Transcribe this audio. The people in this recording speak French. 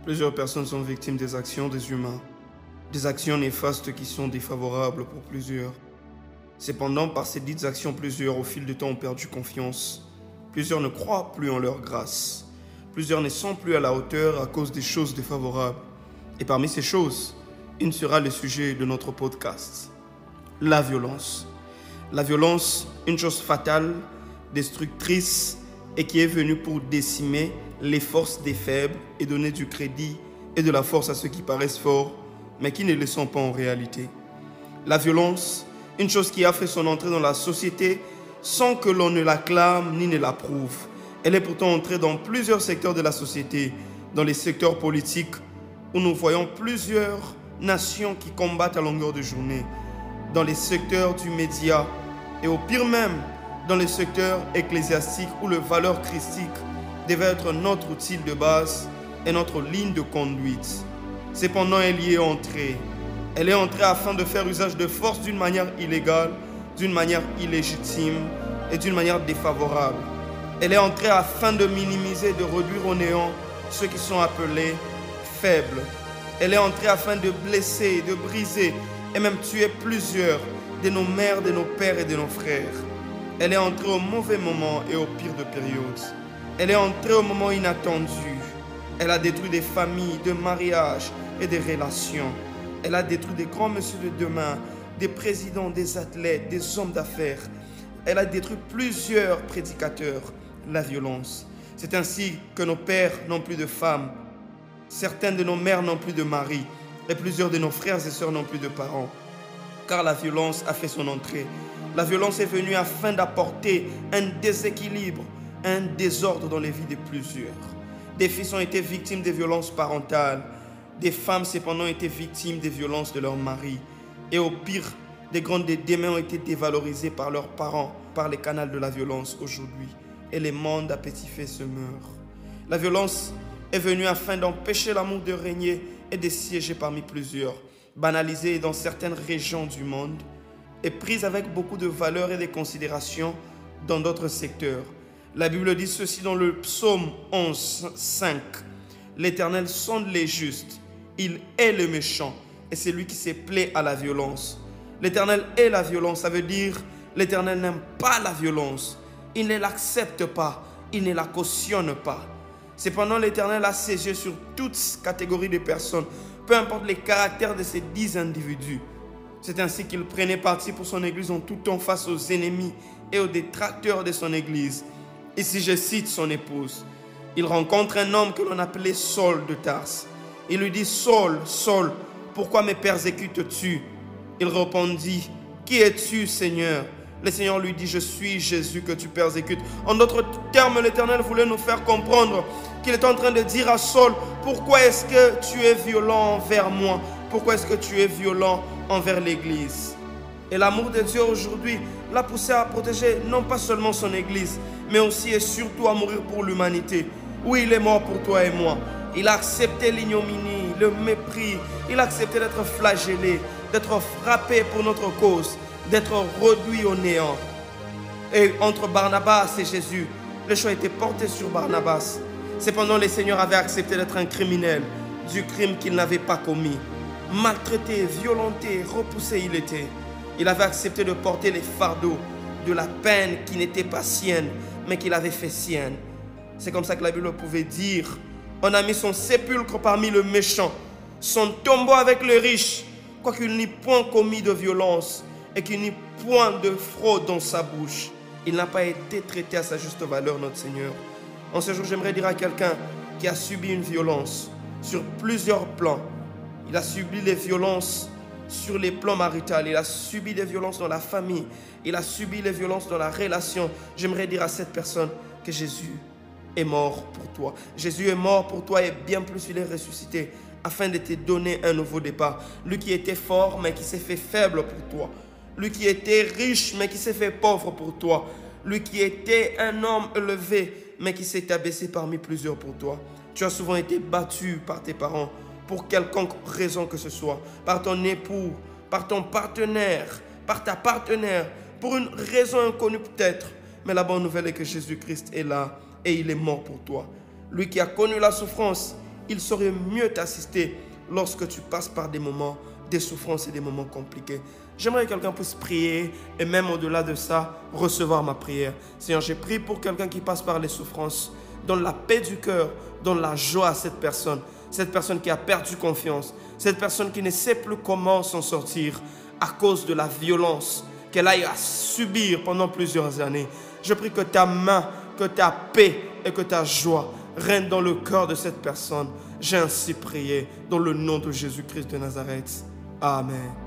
Plusieurs personnes sont victimes des actions des humains, des actions néfastes qui sont défavorables pour plusieurs. Cependant, par ces dites actions, plusieurs au fil du temps ont perdu confiance. Plusieurs ne croient plus en leur grâce. Plusieurs ne sont plus à la hauteur à cause des choses défavorables. Et parmi ces choses, une sera le sujet de notre podcast. La violence. La violence, une chose fatale, destructrice et qui est venue pour décimer les forces des faibles et donner du crédit et de la force à ceux qui paraissent forts, mais qui ne le sont pas en réalité. La violence, une chose qui a fait son entrée dans la société sans que l'on ne l'acclame ni ne l'approuve. Elle est pourtant entrée dans plusieurs secteurs de la société, dans les secteurs politiques où nous voyons plusieurs nations qui combattent à longueur de journée, dans les secteurs du média et au pire même dans les secteurs ecclésiastiques où les valeurs christiques devaient être notre outil de base et notre ligne de conduite. Cependant, elle y est entrée. Elle est entrée afin de faire usage de force d'une manière illégale, d'une manière illégitime et d'une manière défavorable. Elle est entrée afin de minimiser, de réduire au néant ceux qui sont appelés faibles. Elle est entrée afin de blesser, de briser et même tuer plusieurs de nos mères, de nos pères et de nos frères. Elle est entrée au mauvais moment et au pire de périodes. Elle est entrée au moment inattendu. Elle a détruit des familles, des mariages et des relations. Elle a détruit des grands messieurs de demain, des présidents, des athlètes, des hommes d'affaires. Elle a détruit plusieurs prédicateurs. La violence. C'est ainsi que nos pères n'ont plus de femmes. Certaines de nos mères n'ont plus de mari. Et plusieurs de nos frères et sœurs n'ont plus de parents. Car la violence a fait son entrée. La violence est venue afin d'apporter un déséquilibre, un désordre dans les vies de plusieurs. Des fils ont été victimes des violences parentales. Des femmes cependant ont été victimes des violences de leurs maris. Et au pire, des grandes démons ont été dévalorisés par leurs parents, par les canaux de la violence aujourd'hui. Et les mondes à petit feu se meurent. La violence est venue afin d'empêcher l'amour de régner et de siéger parmi plusieurs, banalisée dans certaines régions du monde et prise avec beaucoup de valeurs et de considérations dans d'autres secteurs. La Bible dit ceci dans le psaume 11, 5. L'Éternel sonde les justes, il est le méchant et c'est lui qui se plaît à la violence. L'Éternel est la violence, ça veut dire l'Éternel n'aime pas la violence. Il ne l'accepte pas, il ne la cautionne pas. Cependant, l'Éternel a ses yeux sur toute catégorie de personnes, peu importe les caractères de ces 10 individus. C'est ainsi qu'il prenait parti pour son Église en tout temps face aux ennemis et aux détracteurs de son Église. Ici, je cite son épouse. Il rencontre un homme que l'on appelait Saul de Tarse. Il lui dit, Saul, Saul, pourquoi me persécutes-tu? Il répondit, qui es-tu, Seigneur? Le Seigneur lui dit, je suis Jésus que tu persécutes. En d'autres termes, l'Éternel voulait nous faire comprendre qu'il est en train de dire à Saul, pourquoi est-ce que tu es violent envers moi? Pourquoi est-ce que tu es violent envers l'Église? Et l'amour de Dieu aujourd'hui l'a poussé à protéger non pas seulement son Église, mais aussi et surtout à mourir pour l'humanité. Oui, il est mort pour toi et moi. Il a accepté l'ignominie, le mépris. Il a accepté d'être flagellé, d'être frappé pour notre cause, d'être réduit au néant. Et entre Barnabas et Jésus, le choix était porté sur Barnabas. Cependant, le Seigneur avait accepté d'être un criminel du crime qu'il n'avait pas commis. Maltraité, violenté, repoussé il était. Il avait accepté de porter les fardeaux de la peine qui n'était pas sienne, mais qu'il avait fait sienne. C'est comme ça que la Bible pouvait dire, on a mis son sépulcre parmi le méchant, son tombeau avec le riche, quoiqu'il n'ait point commis de violence et qu'il n'ait point de fraude dans sa bouche. Il n'a pas été traité à sa juste valeur, notre Seigneur. En ce jour, j'aimerais dire à quelqu'un qui a subi une violence sur plusieurs plans. Il a subi les violences sur les plans maritaux, il a subi des violences dans la famille, il a subi les violences dans la relation. J'aimerais dire à cette personne que Jésus est mort pour toi. Jésus est mort pour toi et bien plus, il est ressuscité afin de te donner un nouveau départ. Lui qui était fort mais qui s'est fait faible pour toi. Lui qui était riche mais qui s'est fait pauvre pour toi. Lui qui était un homme élevé mais qui s'est abaissé parmi plusieurs pour toi. Tu as souvent été battu par tes parents pour quelconque raison que ce soit, par ton époux, par ton partenaire, par ta partenaire, pour une raison inconnue peut-être. Mais la bonne nouvelle est que Jésus-Christ est là et il est mort pour toi. Lui qui a connu la souffrance, il saurait mieux t'assister lorsque tu passes par des moments de souffrance et des moments compliqués. J'aimerais que quelqu'un puisse prier et même au-delà de ça, recevoir ma prière. Seigneur, j'ai prié pour quelqu'un qui passe par les souffrances. Donne la paix du cœur, donne la joie à cette personne qui a perdu confiance, cette personne qui ne sait plus comment s'en sortir à cause de la violence qu'elle a eu à subir pendant plusieurs années. Je prie que ta main, que ta paix et que ta joie règnent dans le cœur de cette personne. J'ai ainsi prié dans le nom de Jésus-Christ de Nazareth. Amen.